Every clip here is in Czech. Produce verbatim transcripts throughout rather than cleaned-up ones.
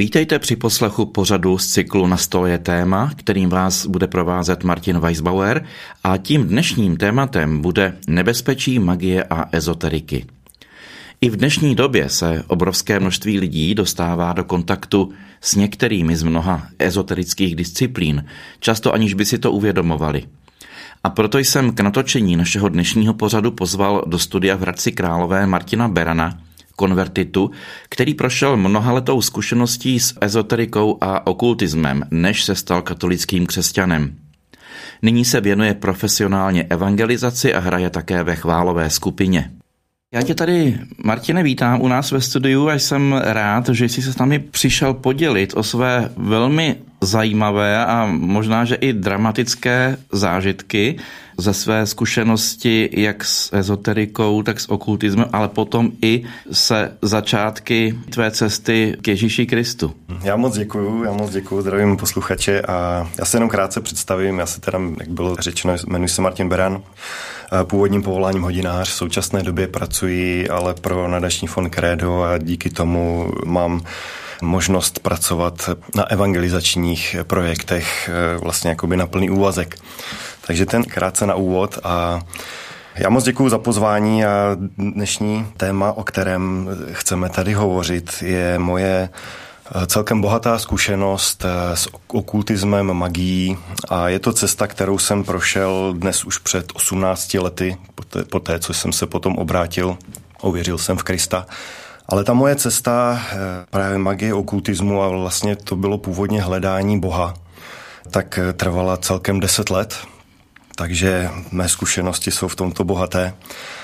Vítejte při poslechu pořadu z cyklu Na stole je téma, kterým vás bude provázet Martin Weisbauer, a tím dnešním tématem bude nebezpečí magie a ezoteriky. I v dnešní době se obrovské množství lidí dostává do kontaktu s některými z mnoha ezoterických disciplín, často aniž by si to uvědomovali. A proto jsem k natočení našeho dnešního pořadu pozval do studia v Hradci Králové Martina Berana, konvertitu, který prošel mnohaletou zkušeností s ezoterikou a okultismem, než se stal katolickým křesťanem. Nyní se věnuje profesionálně evangelizaci a hraje také ve chválové skupině. Já tě tady, Martine, vítám u nás ve studiu a jsem rád, že jsi se s námi přišel podělit o své velmi zajímavé a možná, že i dramatické zážitky ze své zkušenosti jak s ezoterikou, tak s okultismem, ale potom i se začátky tvé cesty k Ježíši Kristu. Já moc děkuju, já moc děkuju, zdravím posluchače a já se jenom krátce představím, já se teda, jak bylo řečeno, jmenuji se Martin Beran, původním povoláním hodinář, v současné době pracuji ale pro nadační fond Credo a díky tomu mám možnost pracovat na evangelizačních projektech vlastně jakoby na plný úvazek. Takže ten krátce na úvod a já moc děkuju za pozvání a dnešní téma, o kterém chceme tady hovořit, je moje celkem bohatá zkušenost s okultismem, magií a je to cesta, kterou jsem prošel dnes už před osmnácti lety, poté, poté co jsem se potom obrátil, uvěřil jsem v Krista. Ale ta moje cesta právě magie, okultismu a vlastně to bylo původně hledání Boha, tak trvala celkem deset let, takže mé zkušenosti jsou v tomto bohaté.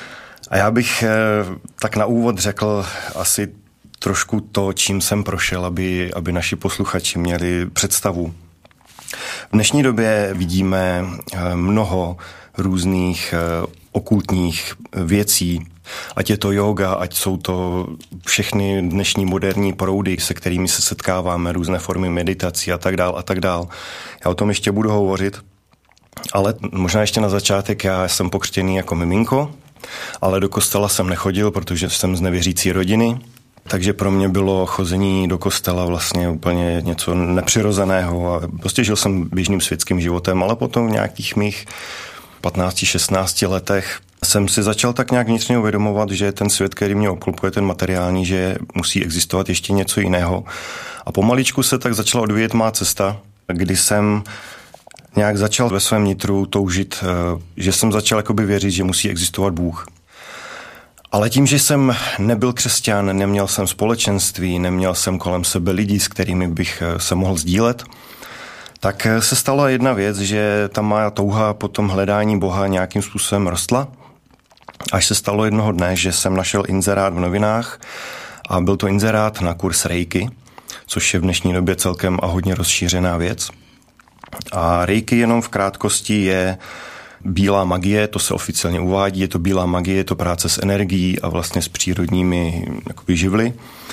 A já bych tak na úvod řekl asi trošku to, čím jsem prošel, aby, aby naši posluchači měli představu. V dnešní době vidíme mnoho různých okultních věcí, ať je to yoga, ať jsou to všechny dnešní moderní proudy, se kterými se setkáváme, různé formy meditací a tak dál a tak dál. Já o tom ještě budu hovořit, ale možná ještě na začátek, já jsem pokřtěný jako miminko, ale do kostela jsem nechodil, protože jsem z nevěřící rodiny, takže pro mě bylo chození do kostela vlastně úplně něco nepřirozeného a prostě žil jsem běžným světským životem, ale potom v nějakých mých patnácti šestnácti letech jsem si začal tak nějak vnitřně uvědomovat, že ten svět, který mě obklopuje, ten materiální, že musí existovat ještě něco jiného. A pomaličku se tak začala odvíjet má cesta, kdy jsem nějak začal ve svém nitru toužit, že jsem začal jakoby věřit, že musí existovat Bůh. Ale tím, že jsem nebyl křesťan, neměl jsem společenství, neměl jsem kolem sebe lidí, s kterými bych se mohl sdílet, tak se stala jedna věc, že ta má touha po tom hledání Boha nějakým způsobem rostla, až se stalo jednoho dne, že jsem našel inzerát v novinách a byl to inzerát na kurz Reiki, což je v dnešní době celkem a hodně rozšířená věc. A Reiki jenom v krátkosti je bílá magie, to se oficiálně uvádí, je to bílá magie, je to práce s energií a vlastně s přírodními jakoby, živly.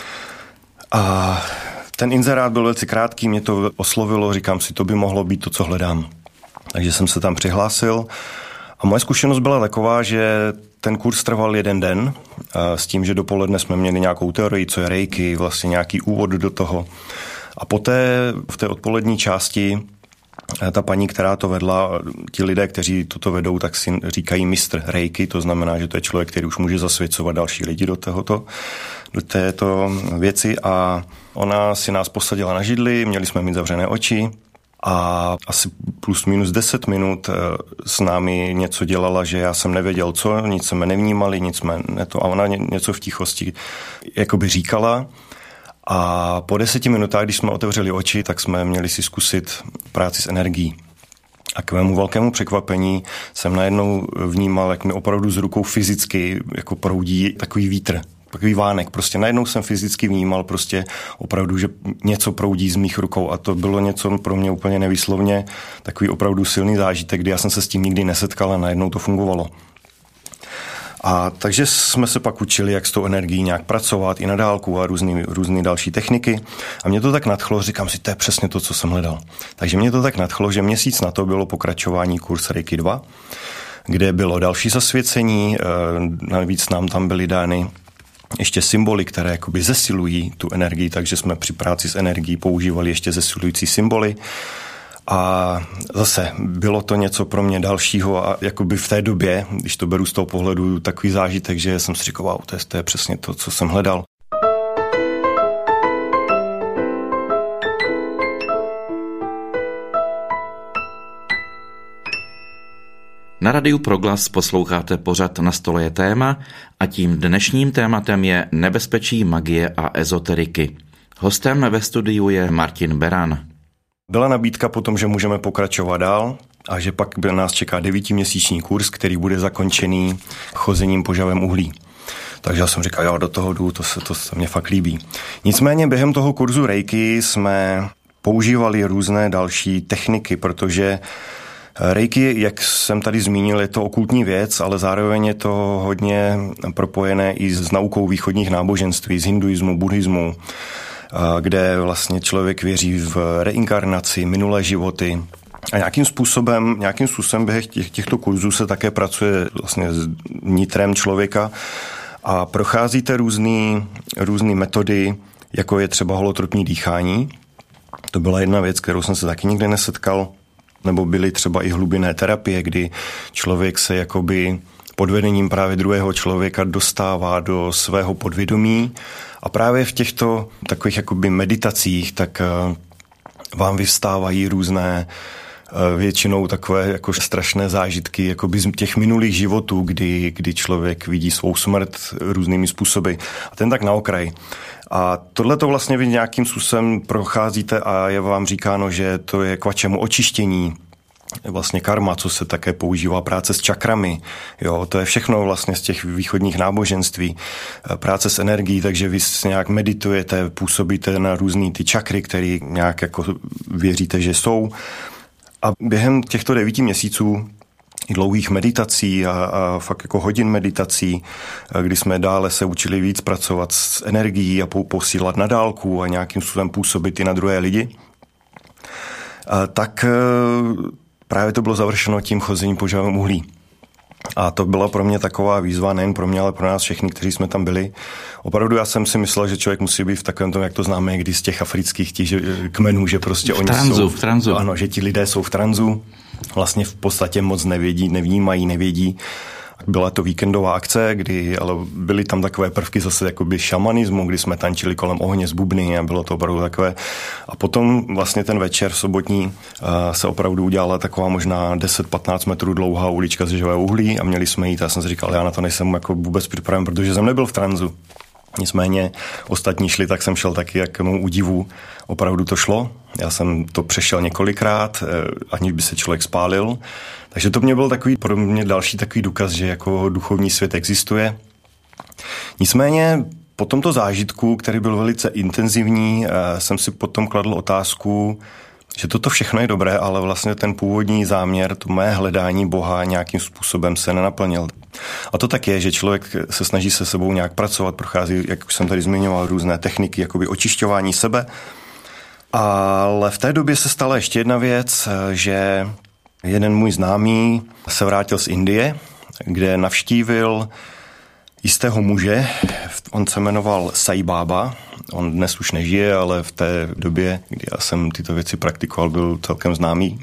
A ten inzerát byl velice krátký, mě to oslovilo, říkám si, to by mohlo být to, co hledám. Takže jsem se tam přihlásil a moje zkušenost byla taková, že ten kurz trval jeden den s tím, že dopoledne jsme měli nějakou teorii, co je Reiki, vlastně nějaký úvod do toho. A poté v té odpolední části ta paní, která to vedla, ti lidé, kteří toto vedou, tak si říkají mistr Reiki, to znamená, že to je člověk, který už může zasvěcovat další lidi do tohoto, do této věci a ona si nás posadila na židli, měli jsme mít zavřené oči a asi plus minus deset minut s námi něco dělala, že já jsem nevěděl co, nic jsme nevnímali, nic jsme neto, a ona něco v tichosti jakoby říkala. A po deseti minutách, když jsme otevřeli oči, tak jsme měli si zkusit práci s energií. A k mému velkému překvapení jsem najednou vnímal, jak mi opravdu z rukou fyzicky jako proudí takový vítr, takový vánek. Prostě najednou jsem fyzicky vnímal prostě opravdu, že něco proudí z mých rukou a to bylo něco pro mě úplně nevýslovně takový opravdu silný zážitek, kdy já jsem se s tím nikdy nesetkal a najednou to fungovalo. A takže jsme se pak učili, jak s tou energií nějak pracovat i na dálku a různý, různý další techniky. A mě to tak nadchlo, říkám si, to je přesně to, co jsem hledal. Takže mě to tak nadchlo, že měsíc na to bylo pokračování kurz Reiki dva, kde bylo další zasvěcení, navíc nám tam byly dány ještě symboly, které jakoby zesilují tu energii, takže jsme při práci s energií používali ještě zesilující symboly. A zase bylo to něco pro mě dalšího a jakoby v té době, když to beru z toho pohledu, takový zážitek, že jsem si říkal, wow, to je, to je přesně to, co jsem hledal. Na Radiu Proglas posloucháte pořad Na stole je téma a tím dnešním tématem je nebezpečí magie a ezoteriky. Hostem ve studiu je Martin Beran. Byla nabídka potom, že můžeme pokračovat dál a že pak by nás čeká devítiměsíční kurz, který bude zakončený chozením po žavém uhlí. Takže já jsem říkal, jo, do toho jdu, to se, to se mě fakt líbí. Nicméně během toho kurzu Reiki jsme používali různé další techniky, protože Reiki, jak jsem tady zmínil, je to okultní věc, ale zároveň je to hodně propojené i s naukou východních náboženství, z hinduismu, buddhismu, kde vlastně člověk věří v reinkarnaci, minulé životy. A nějakým způsobem, nějakým způsobem během těch, těchto kurzů se také pracuje vlastně s nitrem člověka a procházíte různý, různý metody, jako je třeba holotropní dýchání. To byla jedna věc, kterou jsem se taky nikdy nesetkal. Nebo byly třeba i hlubinné terapie, kdy člověk se jakoby pod vedením právě druhého člověka dostává do svého podvědomí a právě v těchto takových jakoby meditacích tak vám vyvstávají různé většinou takové jako strašné zážitky jakoby z těch minulých životů, kdy, kdy člověk vidí svou smrt různými způsoby. A ten tak na okraj. A tohle to vlastně vy nějakým způsobem procházíte a je vám říkáno, že to je k vašemu očištění, vlastně karma, co se také používá, práce s čakrami, jo, to je všechno vlastně z těch východních náboženství, práce s energií, takže vy nějak meditujete, působíte na různý ty čakry, které nějak jako věříte, že jsou. A během těchto devíti měsíců i dlouhých meditací a, a fakt jako hodin meditací, kdy jsme dále se učili víc pracovat s energií a posílat na dálku a nějakým způsobem působit i na druhé lidi, a tak právě to bylo završeno tím chozením po žavém uhlí. A to byla pro mě taková výzva, nejen pro mě, ale pro nás všechny, kteří jsme tam byli. Opravdu já jsem si myslel, že člověk musí být v takovém tom, jak to známe, kdy z těch afrických těch kmenů, že prostě v oni tranzu, jsou... v tranzu. Ano, že ti lidé jsou v tranzu, vlastně v podstatě moc nevědí, nevnímají, nevědí. Byla to víkendová akce, kdy ale byly tam takové prvky zase jakoby šamanismu, kdy jsme tančili kolem ohně z bubny a bylo to opravdu takové. A potom vlastně ten večer sobotní se opravdu udělala taková možná deset patnáct metrů dlouhá ulička ze žavého uhlí a měli jsme jít. A já jsem si říkal, já na to nejsem jako vůbec připraven, protože jsem nebyl v tranzu. Nicméně ostatní šli, tak jsem šel taky, jak k mému údivu. Opravdu to šlo. Já jsem to přešel několikrát, aniž by se člověk spálil. Takže to mě byl takový, pro mě další takový důkaz, že jako duchovní svět existuje. Nicméně po tomto zážitku, který byl velice intenzivní, jsem si potom kladl otázku, že toto všechno je dobré, ale vlastně ten původní záměr, to mé hledání Boha nějakým způsobem se nenaplnil. A to tak je, že člověk se snaží se sebou nějak pracovat, prochází, jak už jsem tady zmiňoval, různé techniky, jakoby očišťování sebe. Ale v té době se stala ještě jedna věc, že jeden můj známý se vrátil z Indie, kde navštívil jistého muže, on se jmenoval Sai Baba, on dnes už nežije, ale v té době, kdy já jsem tyto věci praktikoval, byl celkem známý.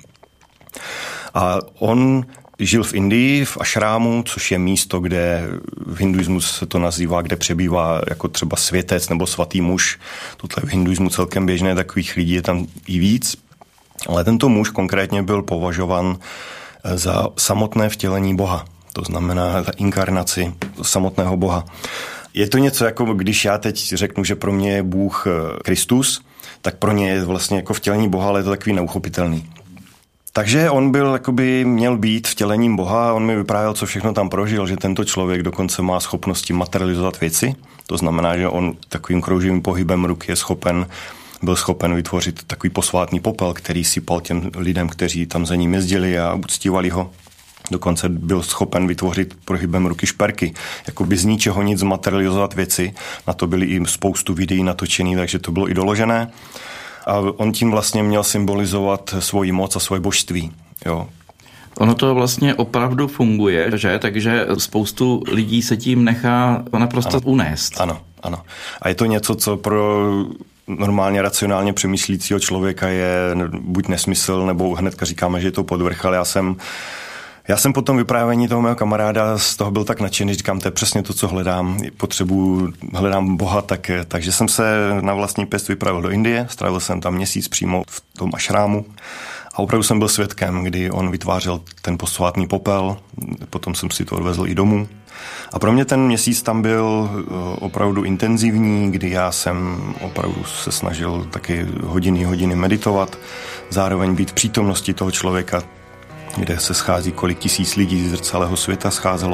A on žil v Indii, v ašrámu, což je místo, kde v hinduismu se to nazývá, kde přebývá jako třeba světec nebo svatý muž. Tohle v hinduismu celkem běžné, takových lidí je tam i víc. Ale tento muž konkrétně byl považovan za samotné vtělení Boha. To znamená za inkarnaci samotného Boha. Je to něco jako, když já teď řeknu, že pro mě je Bůh Kristus, tak pro ně je vlastně jako vtělení Boha, ale je to takový neuchopitelný. Takže on byl, jakoby měl být vtělením Boha, on mi vyprávěl, co všechno tam prožil, že tento člověk dokonce má schopnosti materializovat věci. To znamená, že on takovým krouživým pohybem ruky je schopen, byl schopen vytvořit takový posvátný popel, který sypal těm lidem, kteří tam za ním jezdili a uctívali ho. Dokonce byl schopen vytvořit pohybem ruky šperky. Jakoby z ničeho nic zmaterializovat věci. Na to byly i spoustu videí natočený, takže to bylo i doložené. A on tím vlastně měl symbolizovat svoji moc a svoje božství. Jo. Ono to vlastně opravdu funguje, že? Takže spoustu lidí se tím nechá naprosto ano. unést. Ano, ano. A je to něco, co pro normálně racionálně přemýšlícího člověka je buď nesmysl, nebo hnedka říkáme, že je to podvrch, ale já jsem Já jsem po tom vyprávění toho mého kamaráda z toho byl tak nadšený, říkám, to je přesně to, co hledám, potřebuji, hledám Boha, tak, takže jsem se na vlastní pěst vypravil do Indie, strávil jsem tam měsíc přímo v tom ašrámu a opravdu jsem byl svědkem, kdy on vytvářel ten posvátný popel, potom jsem si to odvezl i domů. A pro mě ten měsíc tam byl opravdu intenzivní, kdy já jsem opravdu se snažil taky hodiny, hodiny meditovat, zároveň být v přítomnosti toho člověka, kde se schází kolik tisíc lidí z celého světa scházelo.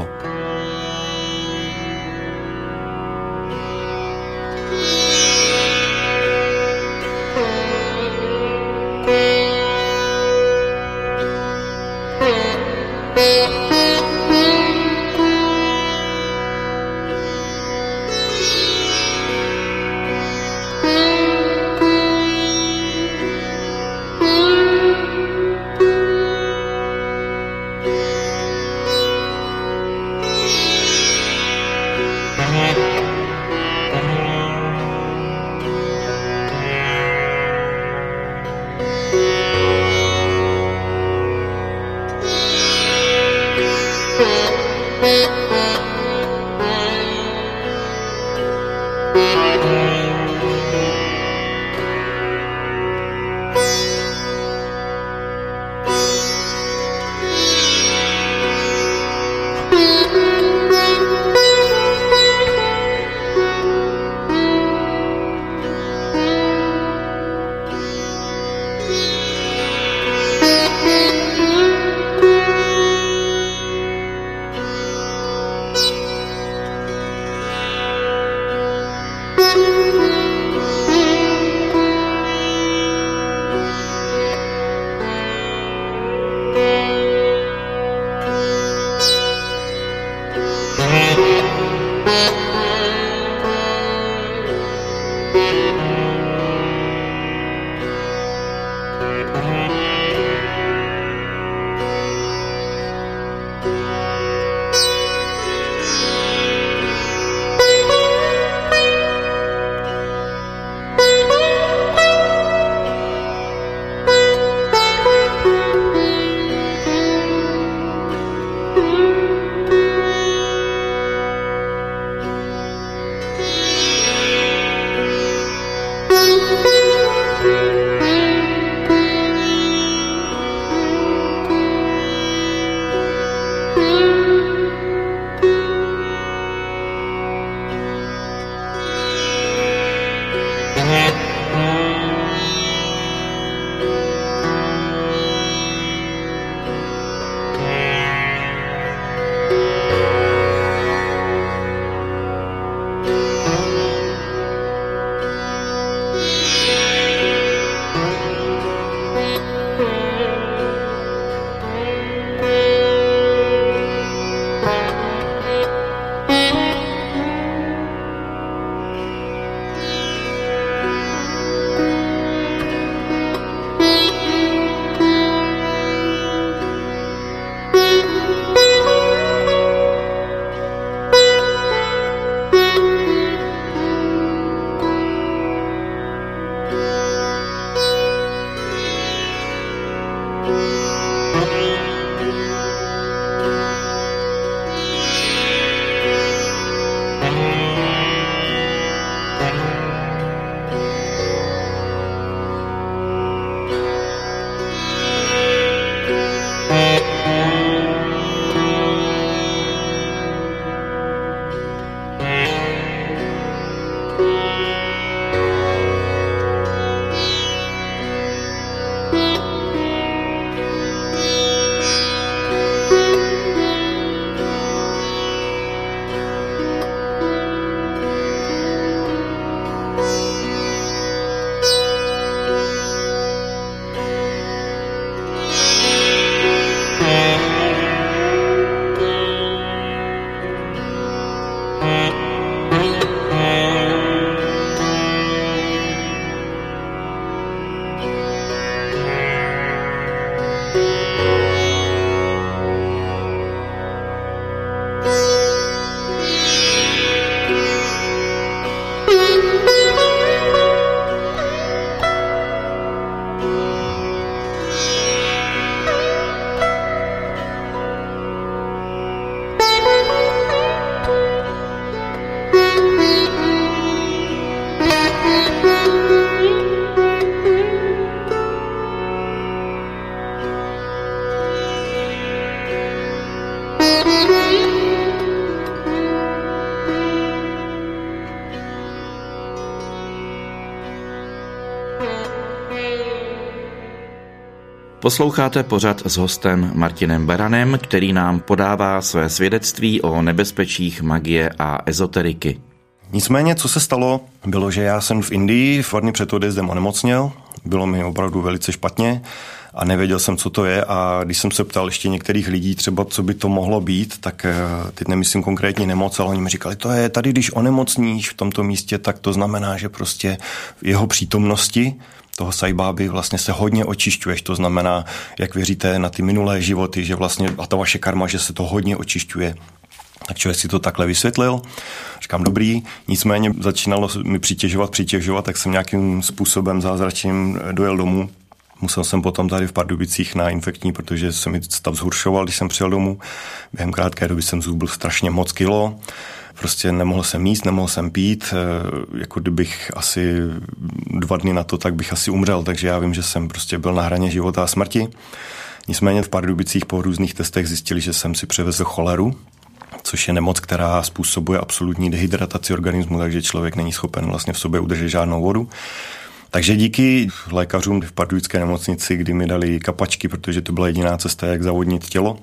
Posloucháte pořad s hostem Martinem Beranem, který nám podává své svědectví o nebezpečích magie a ezoteriky. Nicméně, co se stalo, bylo, že já jsem v Indii dva dny před odjezdem onemocněl, bylo mi opravdu velice špatně a nevěděl jsem, co to je, a když jsem se ptal ještě některých lidí třeba, co by to mohlo být, tak teď nemyslím konkrétně nemoc, ale oni mi říkali, to je tady, když onemocníš v tomto místě, tak to znamená, že prostě v jeho přítomnosti toho Saibáby vlastně se hodně očišťuješ, to znamená, jak věříte na ty minulé životy, že vlastně a ta vaše karma, že se to hodně očišťuje. Tak člověk si to takhle vysvětlil. Říkám, dobrý, nicméně začínalo mi přitěžovat, přitěžovat, tak jsem nějakým způsobem zázračným dojel domů. Musel jsem potom tady v Pardubicích na infektní, protože se mi stav zhoršoval, když jsem přijel domů. Během krátké doby jsem zhubil strašně moc kilo. Prostě nemohl jsem jíst, nemohl jsem pít. Jako kdybych asi dva dny na to, tak bych asi umřel. Takže já vím, že jsem prostě byl na hraně života a smrti. Nicméně v Pardubicích po různých testech zjistili, že jsem si převezl choleru, což je nemoc, která způsobuje absolutní dehydrataci organismu, takže člověk není schopen vlastně v sobě udržet žádnou vodu. Takže díky lékařům v pardubické nemocnici, kdy mi dali kapačky, protože to byla jediná cesta, jak zavodnit tělo,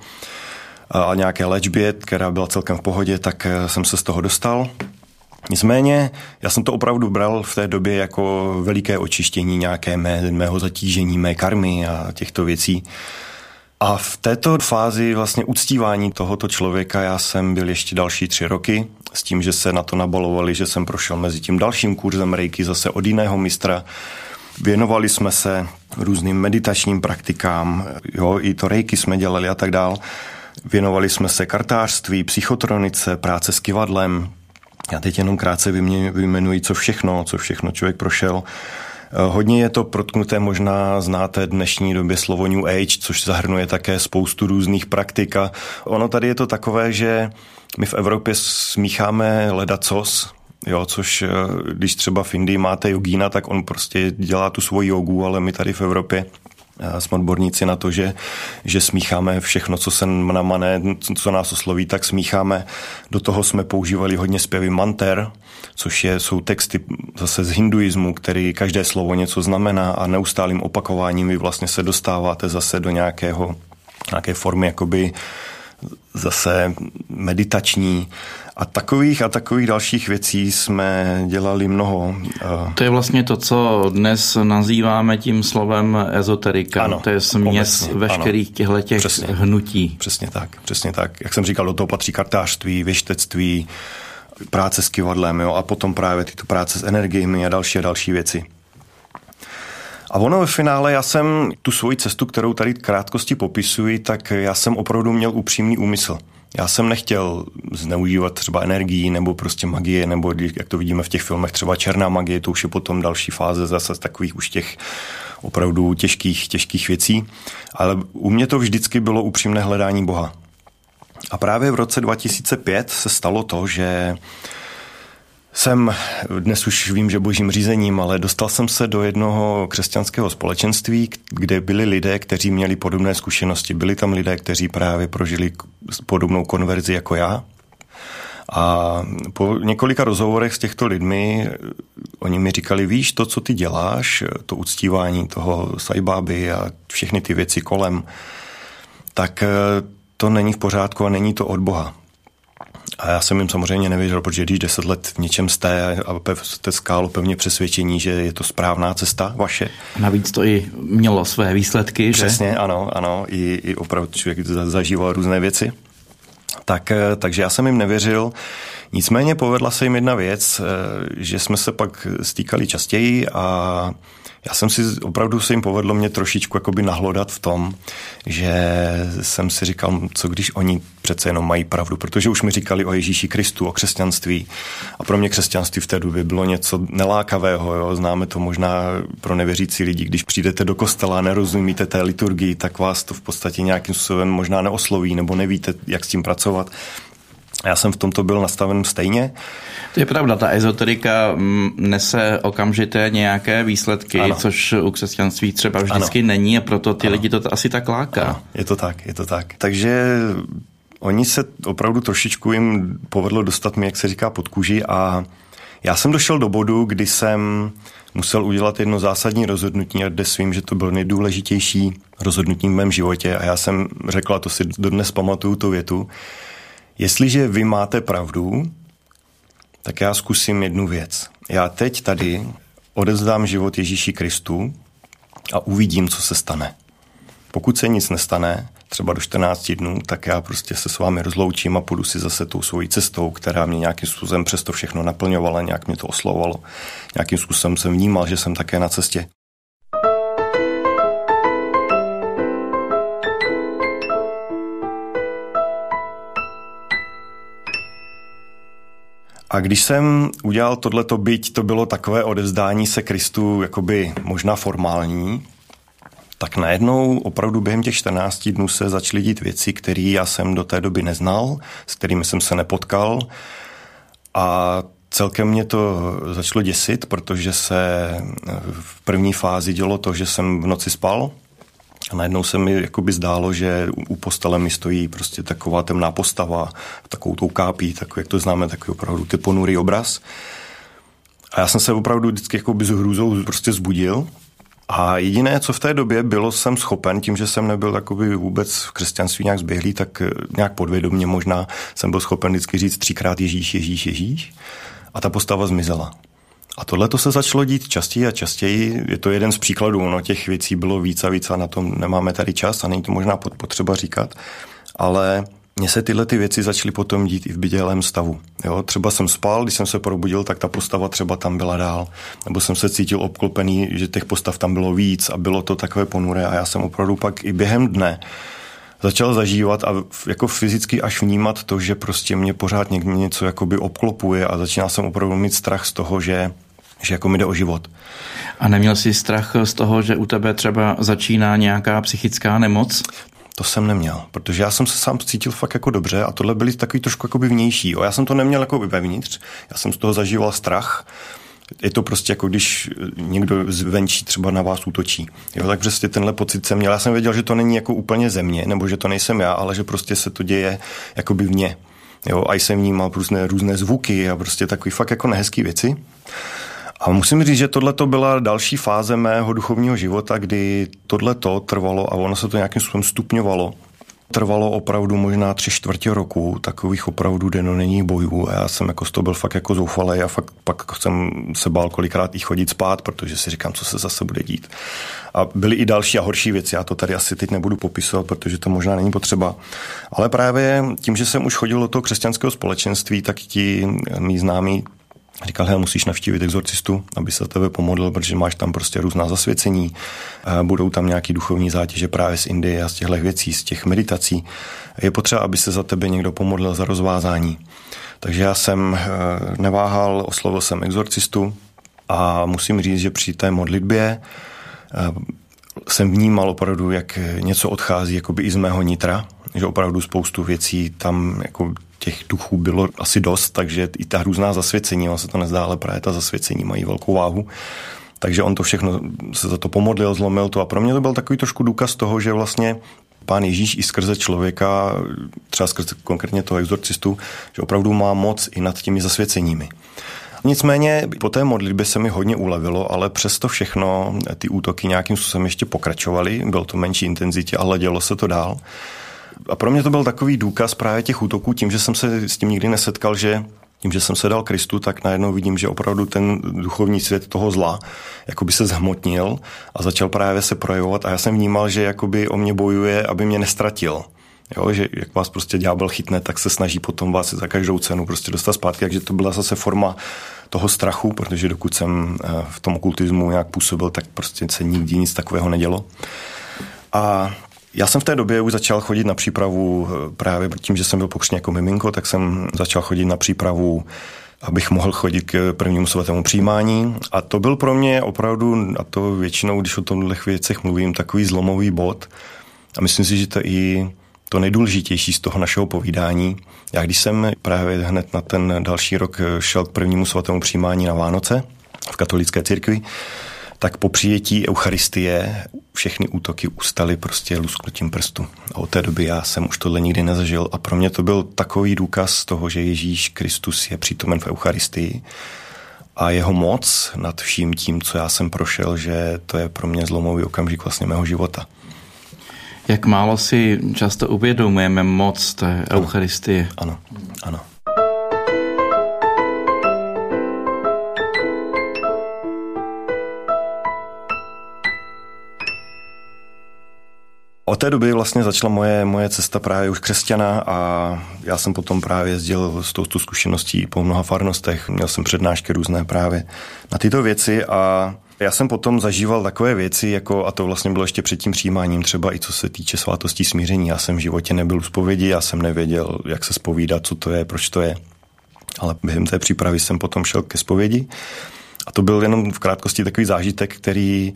a nějaké léčbě, která byla celkem v pohodě, tak jsem se z toho dostal. Nicméně, já jsem to opravdu bral v té době jako veliké očištění nějaké mé, mého zatížení, mé karmy a těchto věcí. A v této fázi vlastně uctívání tohoto člověka já jsem byl ještě další tři roky s tím, že se na to nabalovali, že jsem prošel mezi tím dalším kurzem reiki zase od jiného mistra. Věnovali jsme se různým meditačním praktikám, jo, i to reiki jsme dělali a tak dál. Věnovali jsme se kartářství, psychotronice, práce s kyvadlem. Já teď jenom krátce vyjmenuji, co všechno, co všechno člověk prošel. Hodně je to protknuté, možná znáte dnešní době slovo New Age, což zahrnuje také spoustu různých praktik. A ono tady je to takové, že my v Evropě smícháme ledacos, jo, což když třeba v Indii máte jogína, tak on prostě dělá tu svoji jogu, ale my tady v Evropě jsme odborníci na to, že, že smícháme všechno, co se namane, co nás osloví, tak smícháme. Do toho jsme používali hodně zpěvy manter, což je, jsou texty zase z hinduismu, který každé slovo něco znamená a neustálým opakováním vy vlastně se dostáváte zase do nějakého, nějaké formy jakoby zase meditační. A takových a takových dalších věcí jsme dělali mnoho. To je vlastně to, co dnes nazýváme tím slovem ezoterika. Ano, to je směs obecně, veškerých těchto těch hnutí. Přesně tak, přesně tak. Jak jsem říkal, do toho patří kartářství, věštectví, práce s kyvadlem, jo, a potom právě tyto práce s energiemi a další a další věci. A ono ve finále, já jsem tu svoji cestu, kterou tady krátkosti popisuji, tak já jsem opravdu měl upřímný úmysl. Já jsem nechtěl zneužívat třeba energii nebo prostě magie, nebo jak to vidíme v těch filmech, třeba černá magie, to už je potom další fáze zase z takových už těch opravdu těžkých, těžkých věcí. Ale u mě to vždycky bylo upřímné hledání Boha. A právě v roce dva tisíce pět se stalo to, že jsem, dnes už vím, že božím řízením, ale dostal jsem se do jednoho křesťanského společenství, kde byli lidé, kteří měli podobné zkušenosti. Byli tam lidé, kteří právě prožili podobnou konverzi jako já. A po několika rozhovorech s těchto lidmi, oni mi říkali, víš, to, co ty děláš, to uctívání toho Saibáby a všechny ty věci kolem, tak to není v pořádku a není to od Boha. A já jsem jim samozřejmě nevěděl, protože když deset let v něčem jste a jste skálo pevně přesvědčení, že je to správná cesta vaše. Navíc to i mělo své výsledky, že? Přesně, ano, ano. I, i opravdu člověk zažíval různé věci. Tak, takže já jsem jim nevěřil. Nicméně povedla se jim jedna věc, že jsme se pak stýkali častěji a já jsem si, opravdu se jim povedlo mě trošičku jakoby nahlodat v tom, že jsem si říkal, co když oni přece jenom mají pravdu, protože už mi říkali o Ježíši Kristu, o křesťanství a pro mě křesťanství v té době bylo něco nelákavého, jo? Známe to možná pro nevěřící lidi, když přijdete do kostela a nerozumíte té liturgii, tak vás to v podstatě nějakým způsobem možná neosloví nebo nevíte, jak s tím pracovat. Já jsem v tomto byl nastaven stejně. To je pravda, ta ezoterika nese okamžité nějaké výsledky, ano. Což u křesťanství třeba vždycky ano. není a proto ty ano. lidi to asi tak láká. Ano. Je to tak, je to tak. Takže oni se opravdu trošičku jim povedlo dostat mi, jak se říká, pod kůži a Já jsem došel do bodu, kdy jsem musel udělat jedno zásadní rozhodnutí a dnes vím, že to bylo nejdůležitější rozhodnutí v mém životě a já jsem řekl, a to si dodnes pamatuju tu větu, jestliže vy máte pravdu, tak já zkusím jednu věc. Já teď tady odevzdám život Ježíši Kristu a uvidím, co se stane. Pokud se nic nestane, třeba do čtrnácti dnů, tak já prostě se s vámi rozloučím a půjdu si zase tou svojí cestou, která mě nějakým způsobem přesto všechno naplňovala, nějak mě to oslovovalo. Nějakým způsobem jsem vnímal, že jsem také na cestě. A když jsem udělal tohleto, byť to bylo takové odevzdání se Kristu jakoby možná formální, tak najednou opravdu během těch čtrnácti dnů se začaly dít věci, které já jsem do té doby neznal, s kterými jsem se nepotkal a celkem mě to začalo děsit, protože se v první fázi dělo to, že jsem v noci spal a najednou se mi jakoby zdálo, že u postele mi stojí prostě taková temná postava, takovou tou kápí, takový, jak to známe, takový opravdu ty ponurý obraz. A já jsem se opravdu vždycky jakoby s hrůzou prostě zbudil. A jediné, co v té době bylo, jsem schopen, tím, že jsem nebyl takový vůbec v křesťanství nějak zběhlý, tak nějak podvědomě možná jsem byl schopen vždycky říct třikrát Ježíš, Ježíš, Ježíš a ta postava zmizela. A tohle to se začalo dít častěji a častěji. Je to jeden z příkladů, no těch věcí bylo víc a víc a na tom nemáme tady čas a není to možná potřeba říkat, ale mně se tyhle ty věci začaly potom dít i v bdělém stavu. Jo, třeba jsem spal, když jsem se probudil, tak ta postava třeba tam byla dál. Nebo jsem se cítil obklopený, že těch postav tam bylo víc a bylo to takové ponuré a já jsem opravdu pak i během dne začal zažívat a jako fyzicky až vnímat to, že prostě mě pořád někdy něco jakoby obklopuje a začínal jsem opravdu mít strach z toho, že, že jako mi jde o život. A neměl jsi strach z toho, že u tebe třeba začíná nějaká psychická nemoc? To jsem neměl, protože já jsem se sám cítil fakt jako dobře a tohle byly takový trošku jakoby vnější. Jo. Já jsem to neměl jako vevnitř, já jsem z toho zažíval strach. Je to prostě jako když někdo zvenčí třeba na vás útočí. Jo, tak prostě tenhle pocit jsem měl. Já jsem věděl, že to není jako úplně ze mě, nebo že to nejsem já, ale že prostě se to děje jakoby vně. Jo, a jsem vnímal různé, různé zvuky a prostě takový fakt jako nehezký věci. A musím říct, že tohleto byla další fáze mého duchovního života, kdy tohleto trvalo a ono se to nějakým způsobem stupňovalo. Trvalo opravdu možná tři čtvrtě roku takových opravdu denodenních bojů a já jsem jako z toho byl fakt jako zoufalej a fakt pak jsem se bál kolikrát i chodit spát, protože si říkám, co se zase bude dít. A byly i další a horší věci, já to tady asi teď nebudu popisovat, protože to možná není potřeba. Ale právě tím, že jsem už chodil do toho křesťanského společenství, tak ti mý známí říkal, hele, musíš navštívit exorcistu, aby se tebe pomodlil, protože máš tam prostě různá zasvěcení, budou tam nějaký duchovní zátěže právě z Indie a z těchto věcí, z těch meditací. Je potřeba, aby se za tebe někdo pomodlil za rozvázání. Takže já jsem neváhal, oslovil jsem exorcistu a musím říct, že při té modlitbě jsem vnímal opravdu, jak něco odchází jakoby i z mého nitra, že opravdu spoustu věcí tam jako těch duchů bylo asi dost, takže i ta různá zasvěcení, on se to nezdá, ale právě ta zasvěcení mají velkou váhu. Takže on to všechno se za to pomodlil, zlomil to a pro mě to byl takový trošku důkaz toho, že vlastně Pán Ježíš i skrze člověka, třeba skrze konkrétně toho exorcistu, že opravdu má moc i nad těmi zasvěceními. Nicméně po té modlitbě se mi hodně ulevilo, ale přesto všechno ty útoky nějakým způsobem ještě pokračovaly, bylo to menší intenzitě, ale dělo se to dál. A pro mě to byl takový důkaz právě těch útoků, tím, že jsem se s tím nikdy nesetkal, že tím, že jsem se dal Kristu, tak najednou vidím, že opravdu ten duchovní svět toho zla jakoby se zhmotnil a začal právě se projevovat a já jsem vnímal, že jakoby o mě bojuje, aby mě nestratil. Jo, že jak vás prostě ďábel chytne, tak se snaží potom vás za každou cenu prostě dostat zpátky, takže to byla zase forma toho strachu, protože dokud jsem v tom okultismu nějak působil, tak prostě se nikdy nic takového nedělo. A já jsem v té době už začal chodit na přípravu právě tím, že jsem byl pokřtěn jako miminko, tak jsem začal chodit na přípravu, abych mohl chodit k prvnímu svatému přijímání. A to byl pro mě opravdu, a to většinou, když o tomhle věcech mluvím, takový zlomový bod. A myslím si, že to i to nejdůležitější z toho našeho povídání. Já když jsem právě hned na ten další rok šel k prvnímu svatému přijímání na Vánoce v katolické církvi, tak po přijetí eucharistie všechny útoky ustaly prostě lusknutím prstu. A od té doby já jsem už tohle nikdy nezažil a pro mě to byl takový důkaz toho, že Ježíš Kristus je přítomen v eucharistii a jeho moc nad vším tím, co já jsem prošel, že to je pro mě zlomový okamžik vlastně mého života. Jak málo si často uvědomujeme moc té Eucharistie. Ano, ano. Od té doby vlastně začala moje, moje cesta právě už křesťana a já jsem potom právě jezdil s touto zkušeností po mnoha farnostech. Měl jsem přednášky různé právě na tyto věci a já jsem potom zažíval takové věci, jako, a to vlastně bylo ještě před tím přijímáním, třeba i co se týče svátostí smíření. Já jsem v životě nebyl u zpovědi, já jsem nevěděl, jak se zpovídat, co to je, proč to je. Ale během té přípravy jsem potom šel ke zpovědi a to byl jenom v krátkosti takový zážitek, který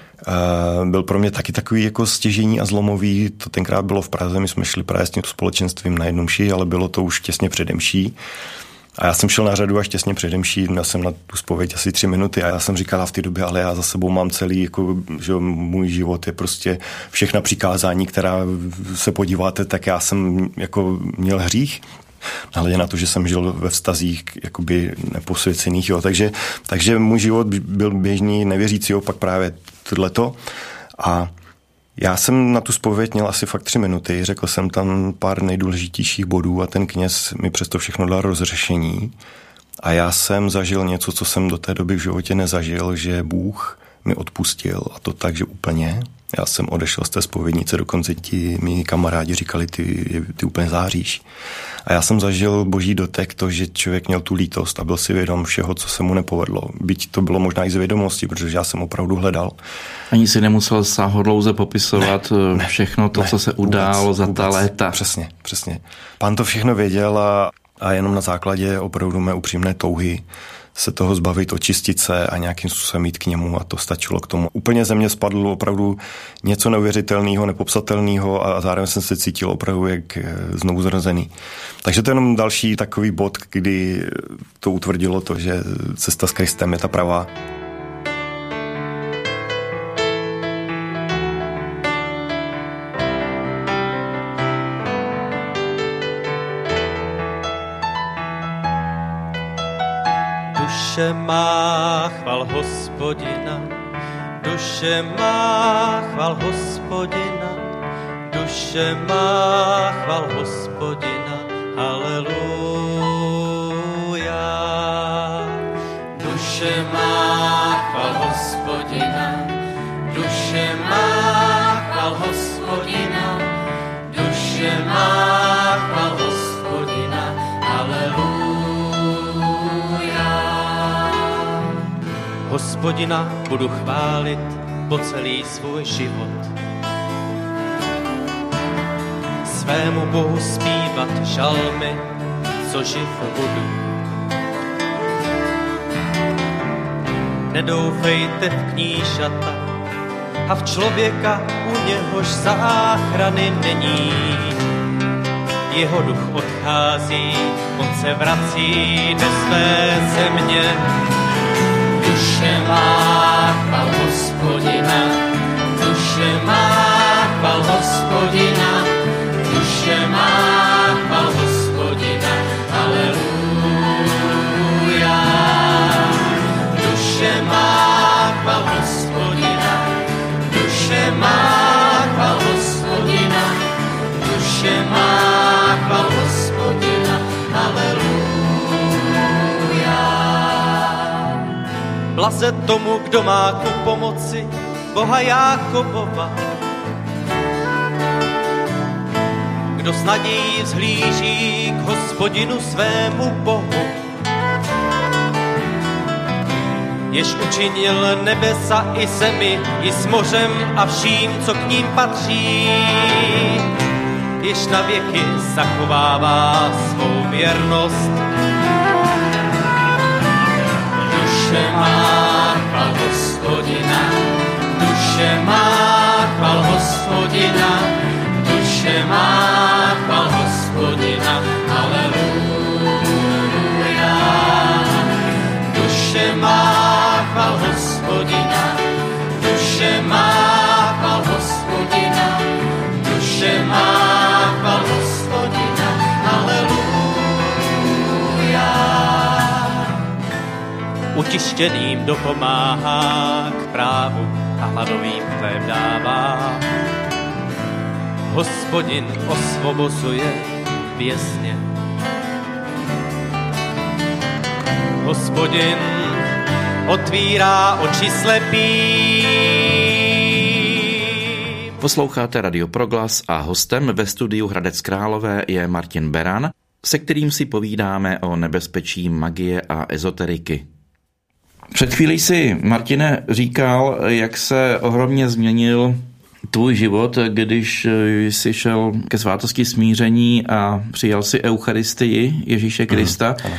Uh, byl pro mě taky takový jako stěžení a zlomový. To tenkrát bylo v Praze, my jsme šli právě s tím společenstvím na jednu mši, ale bylo to už těsně přede mší. A já jsem šel na řadu až těsně přede mší, měl jsem na tu zpověď asi tři minuty a já jsem říkal v té době, ale já za sebou mám celý, jako, že můj život je prostě všechna přikázání, která se podíváte, tak já jsem jako měl hřích. Nahledě na to, že jsem žil ve vztazích jakoby neposvěcených, jo. Takže, takže můj život byl běžný nevěřící, opak právě tohleto. A já jsem na tu zpověď měl asi fakt tři minuty, řekl jsem tam pár nejdůležitějších bodů a ten kněz mi přesto všechno dal rozřešení. A já jsem zažil něco, co jsem do té doby v životě nezažil, že Bůh mi odpustil a to tak, že úplně. Já jsem odešel z té zpovědnice, dokonce ti mý kamarádi říkali, ty, ty úplně záříš. A já jsem zažil boží dotek to, že člověk měl tu lítost a byl si vědom všeho, co se mu nepovedlo. Byť to bylo možná i z vědomosti, protože já jsem opravdu hledal. Ani si nemusel sáhodlouze popisovat ne, ne, všechno to, ne, co se událo vůbec, za ta vůbec. léta. Přesně, přesně. Pán to všechno věděl a, a jenom na základě opravdu mé upřímné touhy se toho zbavit, očistit se a nějakým způsobem jít k němu a to stačilo k tomu. Úplně ze mě spadlo opravdu něco neuvěřitelného, nepopsatelného a zároveň jsem se cítil opravdu jak znovu zrozený. Takže to je jenom další takový bod, kdy to utvrdilo to, že cesta s Kristem je ta pravá. Duše má chval Hospodina, duše má chval Hospodina, duše má chval Hospodina, haleluja. Duše má chval Hospodina, duše má chval Hospodina, duše má chval Hospodina, haleluja. Hospodina budu chválit po celý svůj život. Svému Bohu zpívat žalmy, co živ budu. Nedoufejte v knížata a v člověka, u něhož záchrany není. Jeho duch odchází, on se vrací do své země. Duše má chval Hospodina, duše má chval Hospodina, duše má chval Hospodina, haleluja. Duše má chval Hospodina, duše má chval Hospodina, duše má chval Hospodina, haleluja. Blaze tomu, kdo má ku pomoci Boha Jákobova, kdo s nadějí vzhlíží k Hospodinu svému Bohu, jež učinil nebesa i zemi, i s mořem a vším, co k ním patří, jež na věky zachovává svou věrnost. Duše má chval Hospodina, duše má chval Hospodina, duše má chval Hospodina, haleluja. Duše má chval Hospodina, duše má chval Hospodina, duše má chval Hospodina, haleluja. utištěným dopomáhá, k právu a hladovým chléb dává. Hospodin osvobozuje vězně. Hospodin otvírá oči slepým. Posloucháte Radio Proglas a hostem ve studiu Hradec Králové je Martin Beran, se kterým si povídáme o nebezpečí magie a ezoteriky. Před chvílí si, Martine, říkal, jak se ohromně změnil tvůj život, když jsi šel ke svátosti smíření a přijal si Eucharistii Ježíše Krista. Mm,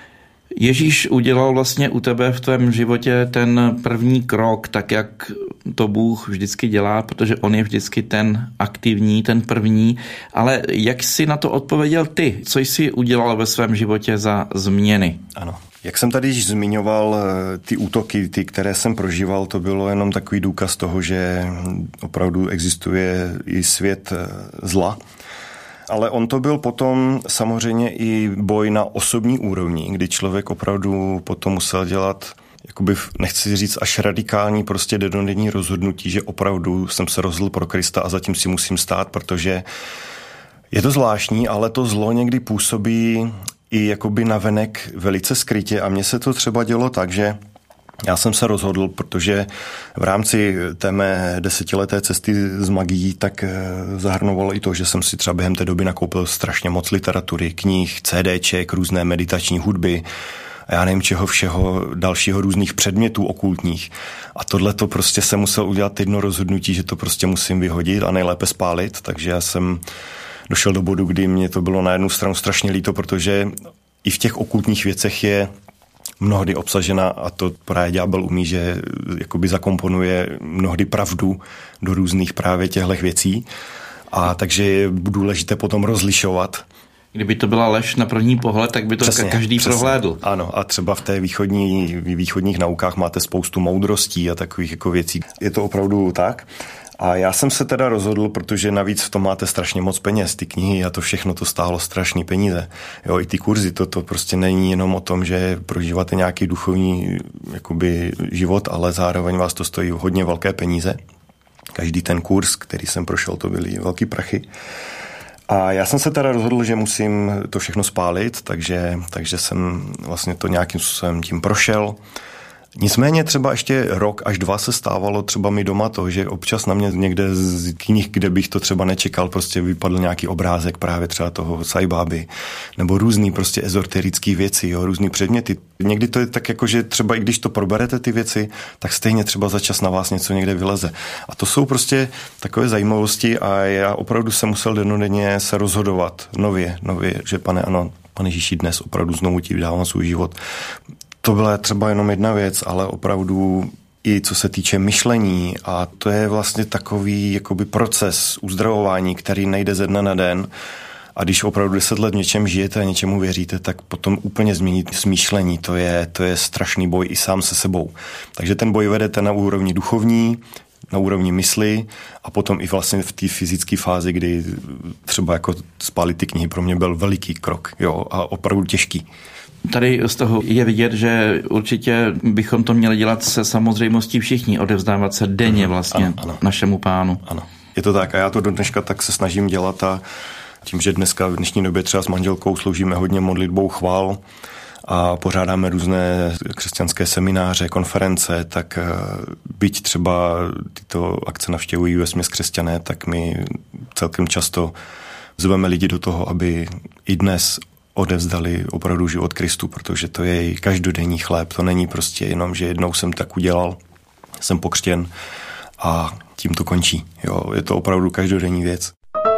Ježíš udělal vlastně u tebe v tvém životě ten první krok, tak jak to Bůh vždycky dělá, protože on je vždycky ten aktivní, ten první. Ale jak jsi na to odpověděl ty? Co jsi udělal ve svém životě za změny? Ano. Jak jsem tady již zmiňoval, ty útoky, ty, které jsem prožíval, to bylo jenom takový důkaz toho, že opravdu existuje i svět zla. Ale on to byl potom samozřejmě i boj na osobní úrovni, kdy člověk opravdu potom musel dělat, jakoby, nechci říct až radikální, prostě denodenní rozhodnutí, že opravdu jsem se rozhodl pro Krista a zatím si musím stát, protože je to zvláštní, ale to zlo někdy působí i jakoby navenek velice skrytě a mně se to třeba dělo tak, že já jsem se rozhodl, protože v rámci té mé desetileté cesty z magií tak zahrnovalo i to, že jsem si třeba během té doby nakoupil strašně moc literatury, knih, CDček, různé meditační hudby a já nevím čeho všeho dalšího, různých předmětů okultních. A tohle to prostě jsem musel udělat jedno rozhodnutí, že to prostě musím vyhodit a nejlépe spálit, takže já jsem došel do bodu, kdy mě to bylo na jednu stranu strašně líto, protože i v těch okultních věcech je mnohdy obsažena, a to právě ďábel umí, že jakoby zakomponuje mnohdy pravdu do různých právě těchto věcí. A takže je důležité potom rozlišovat. Kdyby to byla lež na první pohled, tak by to přesně, každý přesně. prohlédl. Ano, a třeba v té východní, východních naukách máte spoustu moudrostí a takových jako věcí. Je to opravdu tak. A já jsem se teda rozhodl, protože navíc v tom máte strašně moc peněz, ty knihy a to všechno to stálo strašný peníze. Jo, i ty kurzy, to, to prostě není jenom o tom, že prožíváte nějaký duchovní jakoby, život, ale zároveň vás to stojí hodně velké peníze. Každý ten kurz, který jsem prošel, to byly velký prachy. A já jsem se teda rozhodl, že musím to všechno spálit, takže, takže jsem vlastně to nějakým způsobem tím prošel. Nicméně třeba ještě rok až dva se stávalo třeba mi doma to, že občas na mě někde z knih, kde bych to třeba nečekal, prostě vypadl nějaký obrázek právě třeba toho Sajbáby, nebo různý prostě ezoterický věci, jo, různý předměty. Někdy to je tak jako, že třeba i když to proberete ty věci, tak stejně třeba za čas na vás něco někde vyleze. A to jsou prostě takové zajímavosti a já opravdu jsem musel dennodenně se rozhodovat nově, nově, že pane, ano, pane Ježíši, dnes opravdu znovu ti vydávám svůj život. To byla třeba jenom jedna věc, ale opravdu i co se týče myšlení a to je vlastně takový jakoby proces uzdravování, který nejde ze dne na den a když opravdu deset let něčem žijete a něčemu věříte, tak potom úplně změnit smýšlení, to je, to je strašný boj i sám se sebou. Takže ten boj vedete na úrovni duchovní, na úrovni mysli a potom i vlastně v té fyzické fázi, kdy třeba jako spálit ty knihy pro mě byl veliký krok, jo, a opravdu těžký. Tady z toho je vidět, že určitě bychom to měli dělat se samozřejmostí všichni, odevzdávat se denně vlastně ano, ano. našemu Pánu. Ano, je to tak a já to do dneška tak se snažím dělat a tím, že dneska v dnešní době třeba s manželkou sloužíme hodně modlitbou chvál a pořádáme různé křesťanské semináře, konference, tak byť třeba tyto akce navštěvují vesměs křesťané, tak my celkem často zveme lidi do toho, aby i dnes odevzdali opravdu život Kristu, protože to je každodenní chléb. To není prostě jenom, že jednou jsem tak udělal, jsem pokřtěn a tím to končí. Jo, je to opravdu každodenní věc.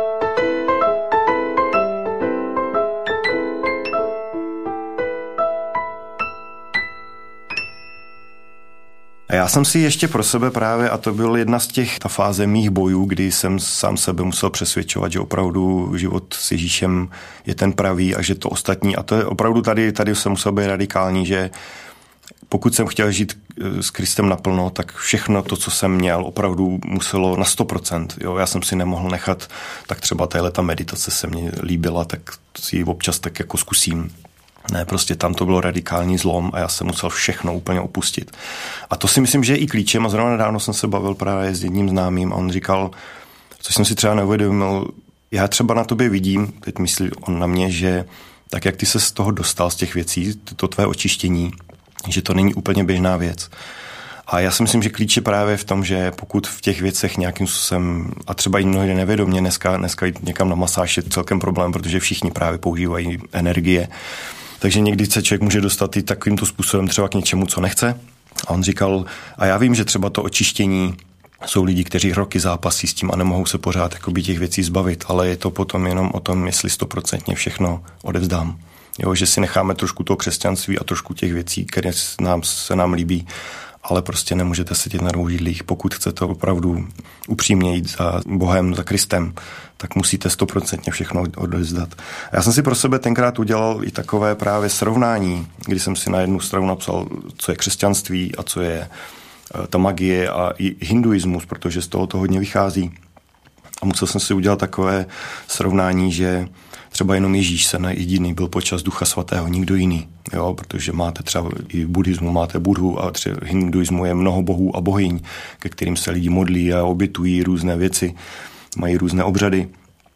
A já jsem si ještě pro sebe právě, a to byl jedna z těch, ta fáze mých bojů, kdy jsem sám sebe musel přesvědčovat, že opravdu život s Ježíšem je ten pravý a že to ostatní, a to je opravdu tady, tady jsem musel být radikální, že pokud jsem chtěl žít s Kristem naplno, tak všechno to, co jsem měl, opravdu muselo na sto procent. Jo, já jsem si nemohl nechat, tak třeba tahle ta meditace se mně líbila, tak si ji občas tak jako zkusím. Ne, prostě tam to bylo radikální zlom a já jsem musel všechno úplně opustit. A to si myslím, že je i klíčem a zrovna nedávno jsem se bavil právě s jedním známým a on říkal, což jsem si třeba neuvědomil, já třeba na tobě vidím, teď myslí on na mě, že tak, jak ty se z toho dostal, z těch věcí, to tvé očištění, že to není úplně běžná věc. A já si myslím, že klíč je právě v tom, že pokud v těch věcech nějakým způsobem, a třeba i mnohdy nevědomě, dneska, dneska jít někam na masáž je celkem problém, protože všichni právě používají energie. Takže někdy se člověk může dostat i takovýmto způsobem třeba k něčemu, co nechce. A on říkal, a já vím, že třeba to očištění, jsou lidi, kteří roky zápasí s tím a nemohou se pořád jakoby těch věcí zbavit, ale je to potom jenom o tom, jestli stoprocentně všechno odevzdám. Jo, že si necháme trošku toho křesťanství a trošku těch věcí, které nám, se nám líbí, ale prostě nemůžete sedět na dvou židlích. Pokud chcete opravdu upřímně jít za Bohem, za Kristem, tak musíte stoprocentně všechno odevzdat. Já jsem si pro sebe tenkrát udělal i takové právě srovnání, kdy jsem si na jednu stranu napsal, co je křesťanství a co je ta magie a i hinduismus, protože z toho to hodně vychází. A musel jsem si udělat takové srovnání, že třeba jenom Ježíš se jediný byl počas Ducha Svatého, nikdo jiný. Jo, protože máte třeba i v buddhismu, máte Budhu a třeba v hinduismu je mnoho bohů a bohyň, ke kterým se lidi modlí a obětují různé věci, mají různé obřady.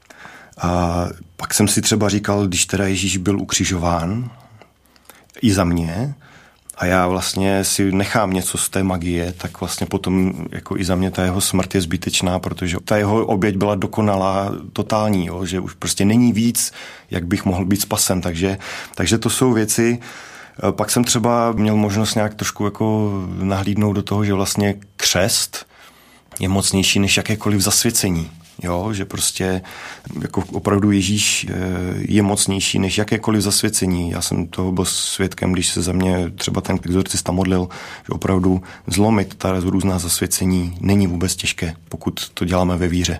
A pak jsem si třeba říkal, když teda Ježíš byl ukřižován i za mě, a já vlastně si nechám něco z té magie, tak vlastně potom jako i za mě ta jeho smrt je zbytečná, protože ta jeho oběť byla dokonalá, totální, jo, že už prostě není víc, jak bych mohl být spasen. Takže, takže to jsou věci. Pak jsem třeba měl možnost nějak trošku jako nahlídnout do toho, že vlastně křest je mocnější než jakékoliv zasvěcení. Jo, že prostě jako opravdu Ježíš je mocnější než jakékoliv zasvěcení. Já jsem toho byl svědkem, když se za mě třeba ten exorcista modlil, že opravdu zlomit ta různá zasvěcení není vůbec těžké, pokud to děláme ve víře.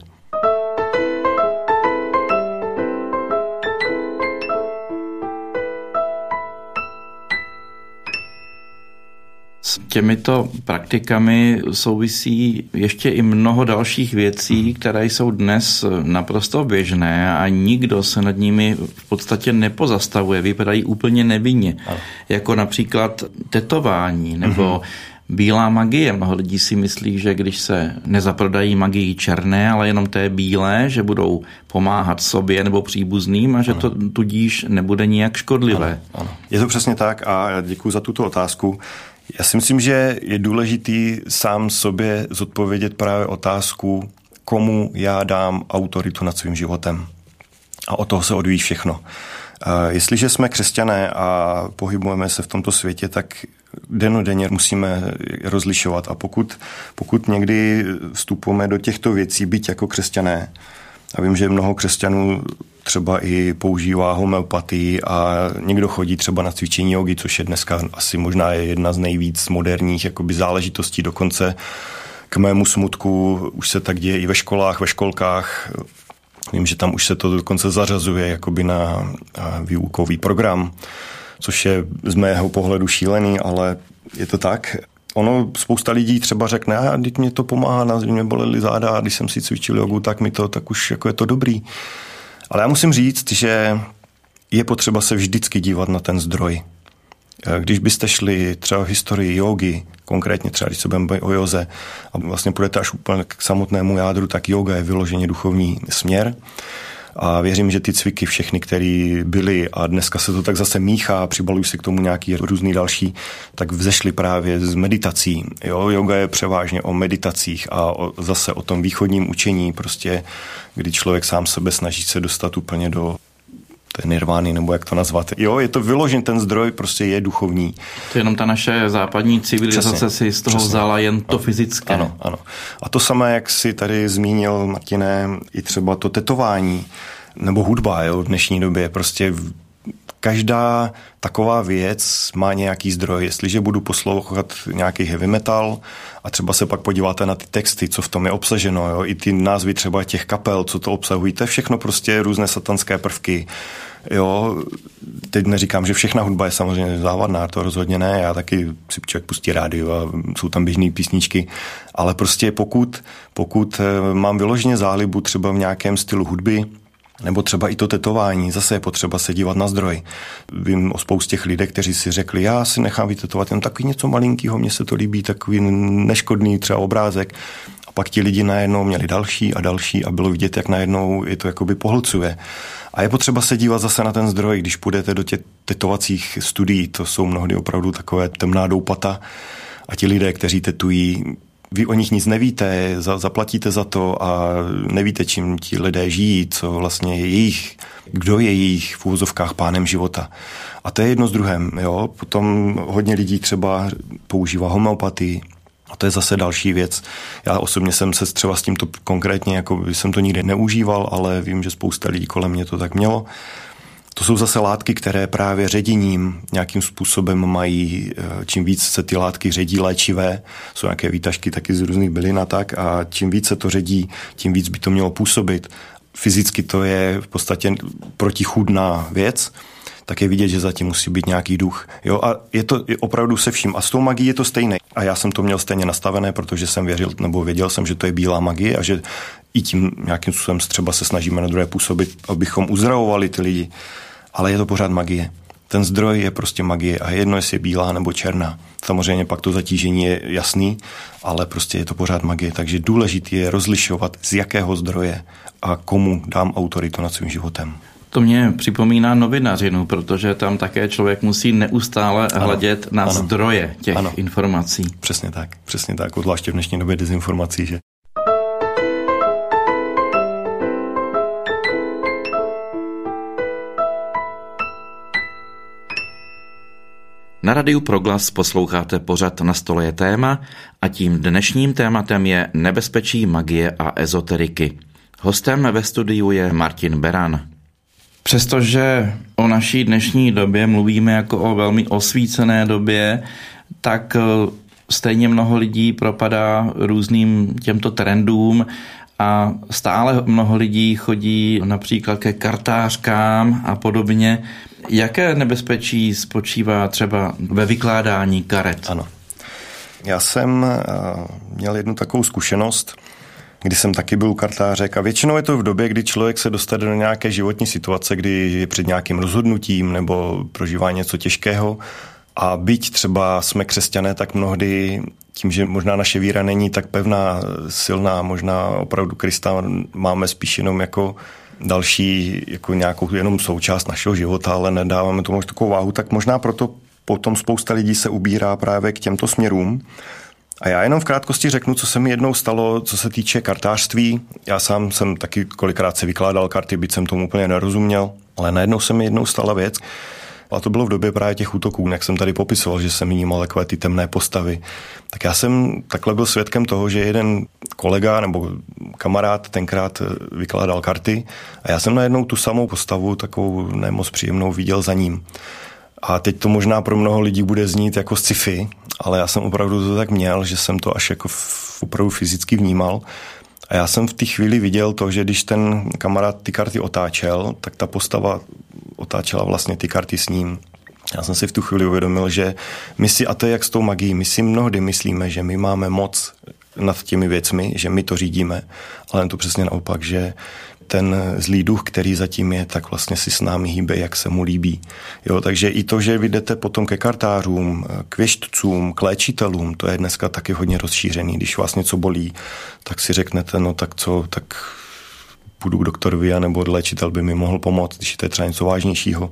S těmito praktikami souvisí ještě i mnoho dalších věcí, které jsou dnes naprosto běžné a nikdo se nad nimi v podstatě nepozastavuje, vypadají úplně nevinně. Ano. Jako například tetování nebo mm-hmm. bílá magie. Mnoho lidí si myslí, že když se nezaprodají magii černé, ale jenom té bílé, že budou pomáhat sobě nebo příbuzným a že ano. to tudíž nebude nijak škodlivé. Ano, ano. Je to přesně tak a děkuji za tuto otázku. Já si myslím, že je důležitý sám sobě zodpovědět právě otázku, komu já dám autoritu nad svým životem. A od toho se odvíjí všechno. Jestliže jsme křesťané a pohybujeme se v tomto světě, tak dennodenně musíme rozlišovat. A pokud, pokud někdy vstupujeme do těchto věcí, byť jako křesťané, a vím, že mnoho křesťanů třeba i používá homeopatii a někdo chodí třeba na cvičení jogy, což je dneska asi možná je jedna z nejvíc moderních jakoby záležitostí, dokonce k mému smutku už se tak děje i ve školách, ve školkách. Vím, že tam už se to dokonce zařazuje jakoby na výukový program, což je z mého pohledu šílený, ale je to tak. Ono, spousta lidí třeba řekne, a teď mě to pomáhá, mě bolely záda, a když jsem si cvičil jogu, tak mi to, tak už jako je to dobrý. Ale já musím říct, že je potřeba se vždycky dívat na ten zdroj. Když byste šli třeba v historii jógy, konkrétně třeba když se budeme o józe a vlastně půjdete až úplně k samotnému jádru, tak jóga je vyloženě duchovní směr. A věřím, že ty cviky všechny, které byly a dneska se to tak zase míchá, přibalují se k tomu nějaký různý další, tak vzešly právě z meditací. Jo, yoga je převážně o meditacích a o, zase o tom východním učení, prostě, kdy člověk sám sebe snaží se dostat úplně do té nirvány, nebo jak to nazvat. Jo, je to vyložen, ten zdroj prostě je duchovní. To je jenom ta naše západní civilizace přesně, si z toho přesně. vzala jen to fyzické. Ano, ano. A to samé, jak si tady zmínil, Martine, i třeba to tetování, nebo hudba, jo, v dnešní době. Prostě každá taková věc má nějaký zdroj. Jestliže budu poslouchat nějaký heavy metal a třeba se pak podíváte na ty texty, co v tom je obsaženo, jo, i ty názvy třeba těch kapel, co to obsahují, to je všechno prostě různé satanské prvky. Jo, teď neříkám, že všechna hudba je samozřejmě závadná, to rozhodně ne, já taky si člověk pustí rádio a jsou tam běžné písničky, ale prostě pokud, pokud mám vyloženě zálibu třeba v nějakém stylu hudby, Nebo třeba i to tetování, zase je potřeba se dívat na zdroj. Vím o spoustě lidí, kteří si řekli, já si nechám vytetovat jen takový něco malinkýho, mně se to líbí, takový neškodný třeba obrázek. A pak ti lidi najednou měli další a další a bylo vidět, jak najednou je to jakoby pohlcuje. A je potřeba se dívat zase na ten zdroj, když půjdete do těch tetovacích studií, to jsou mnohdy opravdu takové temná doupata a ti lidé, kteří tetují, vy o nich nic nevíte, za, zaplatíte za to a nevíte, čím ti lidé žijí, co vlastně je jejich, kdo je jejich v úvozovkách pánem života. A to je jedno s druhém. Jo? Potom hodně lidí třeba používá homeopatii. A to je zase další věc. Já osobně jsem se třeba s tímto konkrétně, jako jsem to nikdy neužíval, ale vím, že spousta lidí kolem mě to tak mělo. To jsou zase látky, které právě ředěním nějakým způsobem mají, čím víc se ty látky ředí léčivé, jsou nějaké výtažky taky z různých bylin a tak, a čím víc se to ředí, tím víc by to mělo působit. Fyzicky to je v podstatě protichůdná věc, tak je vidět, že zatím musí být nějaký duch. Jo, a je to opravdu se vším. A s tou magií je to stejné. A já jsem to měl stejně nastavené, protože jsem věřil, nebo věděl jsem, že to je bílá magie a že i tím nějakým způsobem třeba se snažíme na druhé působit, abychom uzdravovali ty lidi. Ale je to pořád magie. Ten zdroj je prostě magie a jedno, jestli je bílá nebo černá. Samozřejmě pak to zatížení je jasný, ale prostě je to pořád magie. Takže důležité je rozlišovat, z jakého zdroje a komu dám autoritu nad svým životem. To mě připomíná novinařinu, protože tam také člověk musí neustále ano, hledět na ano, zdroje těch ano, informací. Přesně tak, přesně tak, zvláště v dnešní době dezinformací, že? Na Radiu Proglas posloucháte pořad Na stole je téma a tím dnešním tématem je nebezpečí magie a ezoteriky. Hostem ve studiu je Martin Beran. Přestože o naší dnešní době mluvíme jako o velmi osvícené době, tak stejně mnoho lidí propadá různým těmto trendům a stále mnoho lidí chodí například ke kartářkám a podobně. Jaké nebezpečí spočívá třeba ve vykládání karet? Ano. Já jsem měl jednu takovou zkušenost, kdy jsem taky byl u kartářek a většinou je to v době, kdy člověk se dostane do nějaké životní situace, kdy je před nějakým rozhodnutím nebo prožívá něco těžkého a byť třeba jsme křesťané, tak mnohdy tím, že možná naše víra není tak pevná, silná, možná opravdu Krista máme spíš jenom jako další, jako nějakou jenom součást našeho života, ale nedáváme tomu takovou váhu, tak možná proto potom spousta lidí se ubírá právě k těmto směrům. A já jenom v krátkosti řeknu, co se mi jednou stalo, co se týče kartářství. Já sám jsem taky kolikrát se vykládal karty, byť jsem tomu úplně nerozuměl, ale najednou se mi jednou stala věc. A to bylo v době právě těch útoků, jak jsem tady popisoval, že jsem vnímal takové ty temné postavy. Tak já jsem takhle byl svědkem toho, že jeden kolega nebo kamarád tenkrát vykládal karty a já jsem najednou tu samou postavu, takovou nemoc příjemnou, viděl za ním. A teď to možná pro mnoho lidí bude znít jako sci-fi, ale já jsem opravdu to tak měl, že jsem to až jako opravdu fyzicky vnímal. A já jsem v té chvíli viděl to, že když ten kamarád ty karty otáčel, tak ta postava otáčela vlastně ty karty s ním. Já jsem si v tu chvíli uvědomil, že my si, a to je jak s tou magií, my si mnohdy myslíme, že my máme moc nad těmi věcmi, že my to řídíme, ale je to přesně naopak, že ten zlý duch, který zatím je, tak vlastně si s námi hýbe, jak se mu líbí. Jo, takže i to, že vy jdete potom ke kartářům, k věštcům, k léčitelům, to je dneska taky hodně rozšířený. Když vás něco bolí, tak si řeknete, no tak co, tak půjdu k doktorovi, nebo léčitel by mi mohl pomoct, když je to třeba něco vážnějšího.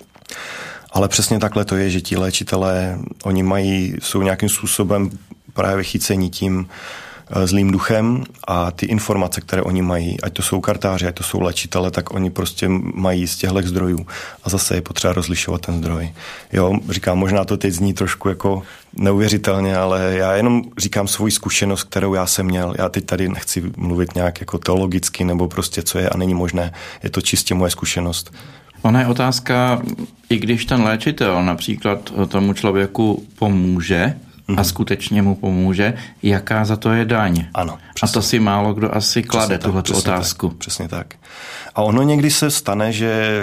Ale přesně takhle to je, že ti léčitelé, oni mají, jsou nějakým způsobem právě chycení tím zlým duchem a ty informace, které oni mají, ať to jsou kartáři, ať to jsou léčitele, tak oni prostě mají z těchto zdrojů a zase je potřeba rozlišovat ten zdroj. Jo, říkám, možná to teď zní trošku jako neuvěřitelně, ale já jenom říkám svoji zkušenost, kterou já jsem měl. Já teď tady nechci mluvit nějak jako teologicky nebo prostě co je a není možné. Je to čistě moje zkušenost. Ona je otázka, i když ten léčitel například tomu člověku pomůže, a skutečně mu pomůže, jaká za to je daň. Ano. Přesně. A to si málo kdo asi klade, tuhle otázku. Tak, přesně tak. A ono někdy se stane, že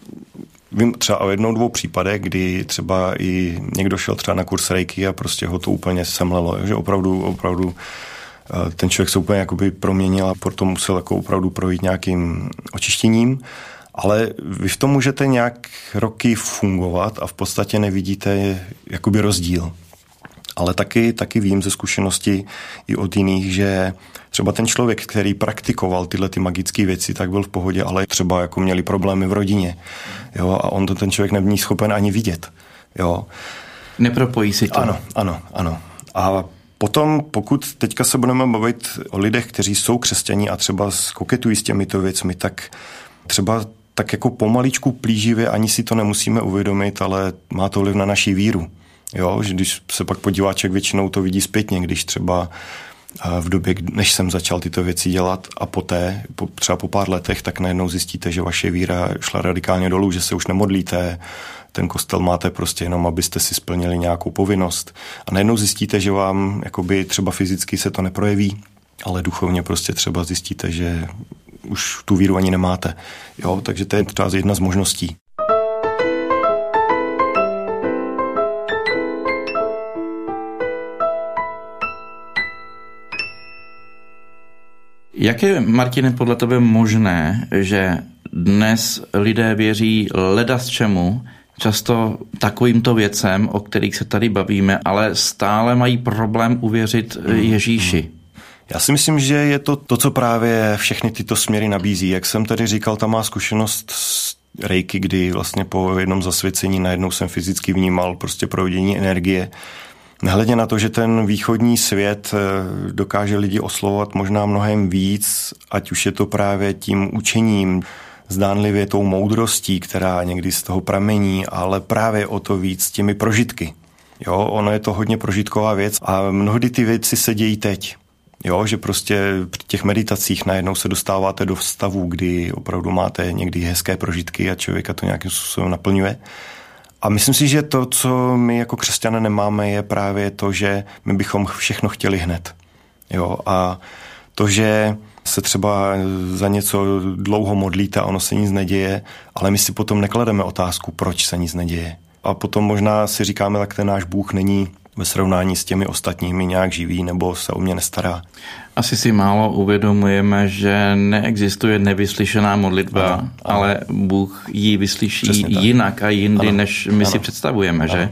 vím třeba o jednou, dvou případech, kdy třeba i někdo šel třeba na kurz reiki a prostě ho to úplně semlelo, že opravdu, opravdu ten člověk se úplně jakoby proměnil a potom musel jako opravdu projít nějakým očištěním. Ale vy v tom můžete nějak roky fungovat a v podstatě nevidíte jakoby rozdíl. Ale taky, taky vím ze zkušenosti i od jiných, že třeba ten člověk, který praktikoval tyhle ty magické věci, tak byl v pohodě, ale třeba jako měli problémy v rodině. Jo, a on to ten člověk není schopen ani vidět. Jo. Nepropojí si to. Ano, ano, ano. A potom, pokud teďka se budeme bavit o lidech, kteří jsou křesťaní a třeba koketují s těmito věcmi, tak třeba tak jako pomaličku plíživě, ani si to nemusíme uvědomit, ale má to vliv na naši víru. Jo, že když se pak podívá člověk, většinou to vidí zpětně, když třeba v době, než jsem začal tyto věci dělat a poté, po, třeba po pár letech, tak najednou zjistíte, že vaše víra šla radikálně dolů, že se už nemodlíte, ten kostel máte prostě jenom, abyste si splnili nějakou povinnost. A najednou zjistíte, že vám jakoby třeba fyzicky se to neprojeví, ale duchovně prostě třeba zjistíte, že už tu víru ani nemáte. Jo, takže to je třeba jedna z možností. Jak je, Martine, podle tebe možné, že dnes lidé věří ledas čemu, často takovýmto věcem, o kterých se tady bavíme, ale stále mají problém uvěřit Ježíši? Já si myslím, že je to to, co právě všechny tyto směry nabízí. Jak jsem tady říkal, ta má zkušenost s rejky, kdy vlastně po jednom zasvěcení najednou jsem fyzicky vnímal prostě proudění energie. Nehledě na to, že ten východní svět dokáže lidi oslovovat možná mnohem víc, ať už je to právě tím učením, zdánlivě tou moudrostí, která někdy z toho pramení, ale právě o to víc těmi prožitky. Jo, ono je to hodně prožitková věc a mnohdy ty věci se dějí teď. Jo, že prostě při těch meditacích najednou se dostáváte do stavu, kdy opravdu máte někdy hezké prožitky a člověka to nějakým způsobem naplňuje. A myslím si, že to, co my jako křesťané nemáme, je právě to, že my bychom všechno chtěli hned. Jo, a to, že se třeba za něco dlouho modlíte a ono se nic neděje, ale my si potom neklademe otázku, proč se nic neděje. A potom možná si říkáme, tak ten náš Bůh není ve srovnání s těmi ostatními nějak živý nebo se o mě nestará. Asi si málo uvědomujeme, že neexistuje nevyslyšená modlitba, ano, ano. ale Bůh ji vyslyší jinak a jindy, ano, než my ano. si představujeme, ano. že?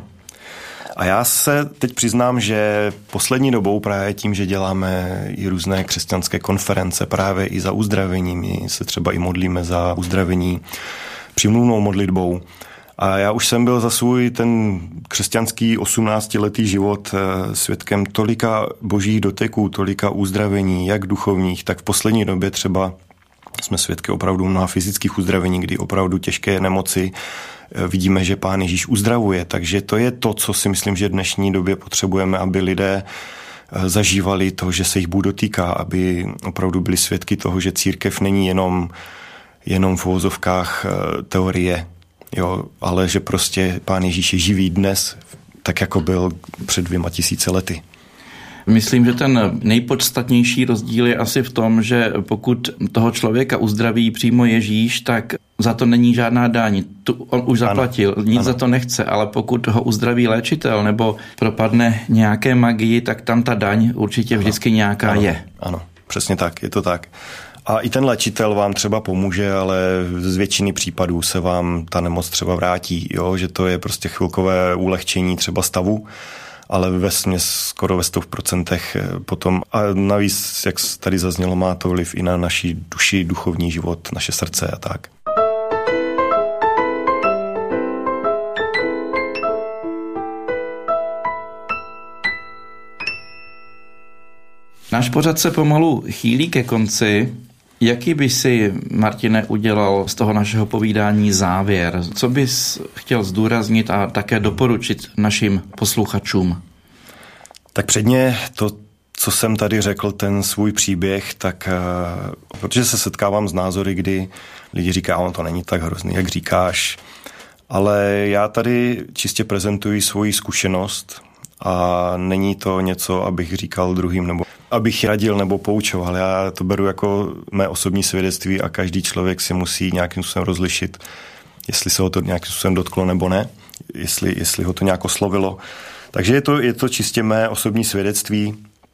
A já se teď přiznám, že poslední dobou právě tím, že děláme i různé křesťanské konference právě i za uzdravení, my se třeba i modlíme za uzdravení přímluvnou modlitbou. A já už jsem byl za svůj ten křesťanský osmnáctiletý život svědkem tolika božích doteků, tolika uzdravení, jak duchovních, tak v poslední době třeba jsme svědky opravdu mnoha fyzických uzdravení, kdy opravdu těžké nemoci vidíme, že Pán Ježíš uzdravuje. Takže to je to, co si myslím, že v dnešní době potřebujeme, aby lidé zažívali to, že se jich Bůh dotýká, aby opravdu byli svědky toho, že církev není jenom, jenom v uvozovkách teorie, jo, ale že prostě Pán Ježíš je živý dnes, tak jako byl před dvěma tisíce lety. Myslím, že ten nejpodstatnější rozdíl je asi v tom, že pokud toho člověka uzdraví přímo Ježíš, tak za to není žádná daň. Tu on už zaplatil, ano, nic ano. za to nechce, ale pokud ho uzdraví léčitel nebo propadne nějaké magii, tak tam ta daň určitě ano. vždycky nějaká ano. je. Ano, přesně tak, je to tak. A i ten léčitel vám třeba pomůže, ale z většiny případů se vám ta nemoc třeba vrátí, jo? Že to je prostě chvilkové ulehčení třeba stavu, ale vesměs skoro ve sto procentech potom. A navíc, jak tady zaznělo, má to vliv i na naši duši, duchovní život, naše srdce a tak. Náš pořad se pomalu chýlí ke konci. Jaký by si, Martine, udělal z toho našeho povídání závěr? Co bys chtěl zdůraznit a také doporučit našim posluchačům? Tak předně to, co jsem tady řekl, ten svůj příběh, tak protože se setkávám s názory, kdy lidi říká, on to není tak hrozný, jak říkáš, ale já tady čistě prezentuji svoji zkušenost a není to něco, abych říkal druhým nebo abych radil nebo poučoval. Já to beru jako mé osobní svědectví a každý člověk si musí nějakým způsobem rozlišit, jestli se ho to nějakým způsobem dotklo nebo ne, jestli, jestli ho to nějak oslovilo. Takže je to, je to čistě mé osobní svědectví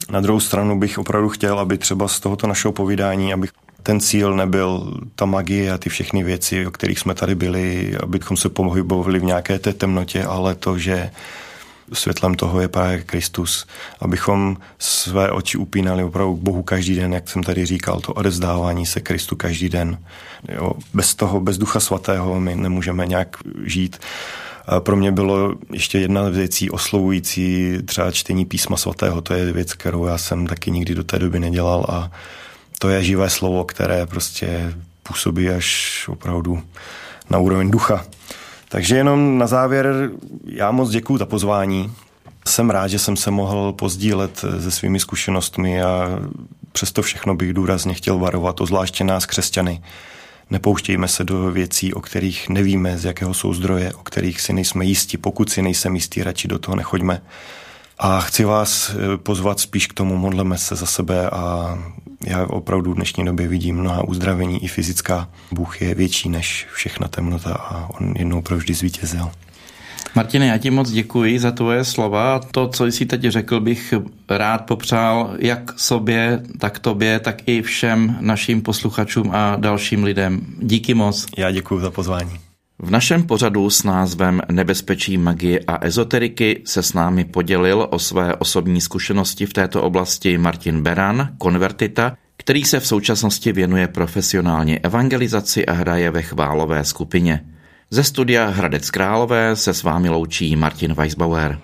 Na druhou stranu bych opravdu chtěl, aby třeba z tohoto našeho povídání, aby ten cíl nebyl ta magie a ty všechny věci, o kterých jsme tady byli, abychom se pohybovali v nějaké té temnotě, ale to, že světlem toho je právě Kristus, abychom své oči upínali opravdu k Bohu každý den, jak jsem tady říkal, to odevzdávání se Kristu každý den. Jo, bez toho, bez Ducha Svatého my nemůžeme nějak žít. A pro mě bylo ještě jedna z věcí oslovující třeba čtení písma svatého, to je věc, kterou já jsem taky nikdy do té doby nedělal a to je živé slovo, které prostě působí až opravdu na úroveň ducha. Takže jenom na závěr, já moc děkuju za pozvání. Jsem rád, že jsem se mohl pozdílet se svými zkušenostmi a přesto všechno bych důrazně chtěl varovat, zvláště nás křesťany. Nepouštějme se do věcí, o kterých nevíme, z jakého jsou zdroje, o kterých si nejsme jistí. Pokud si nejsem jistý, radši do toho nechoďme. A chci vás pozvat spíš k tomu, modleme se za sebe a já opravdu v dnešní době vidím mnoha uzdravení i fyzická. Bůh je větší než všechna temnota a on jednou provždy zvítězil. Martine, já ti moc děkuji za tvoje slova. To, co jsi teď řekl, bych rád popřál jak sobě, tak tobě, tak i všem našim posluchačům a dalším lidem. Díky moc. Já děkuji za pozvání. V našem pořadu s názvem Nebezpečí magie a ezoteriky se s námi podělil o své osobní zkušenosti v této oblasti Martin Beran, konvertita, který se v současnosti věnuje profesionálně evangelizaci a hraje ve chválové skupině. Ze studia Hradec Králové se s vámi loučí Martin Weisbauer.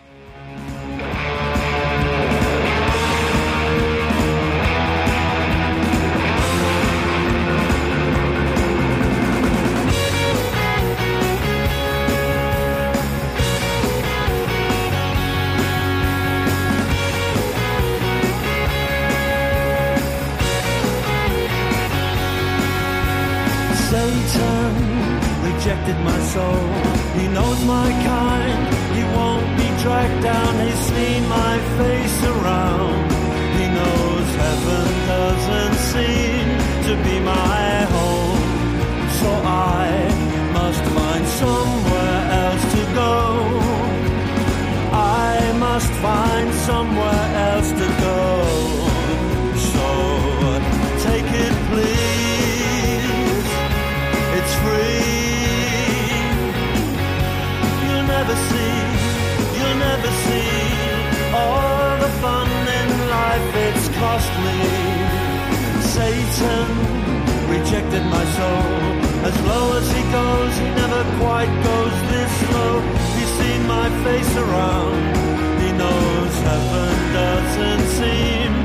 Rejected my soul. He knows my kind. He won't be dragged down. He's seen my face around. He knows heaven doesn't seem to be my home. So I must find somewhere else to go. I must find somewhere else to go. So take it, please. It's free. Never see, you'll never see all the fun in life it's cost me. Satan rejected my soul. As low as he goes, he never quite goes this low. He's seen my face around. He knows heaven doesn't seem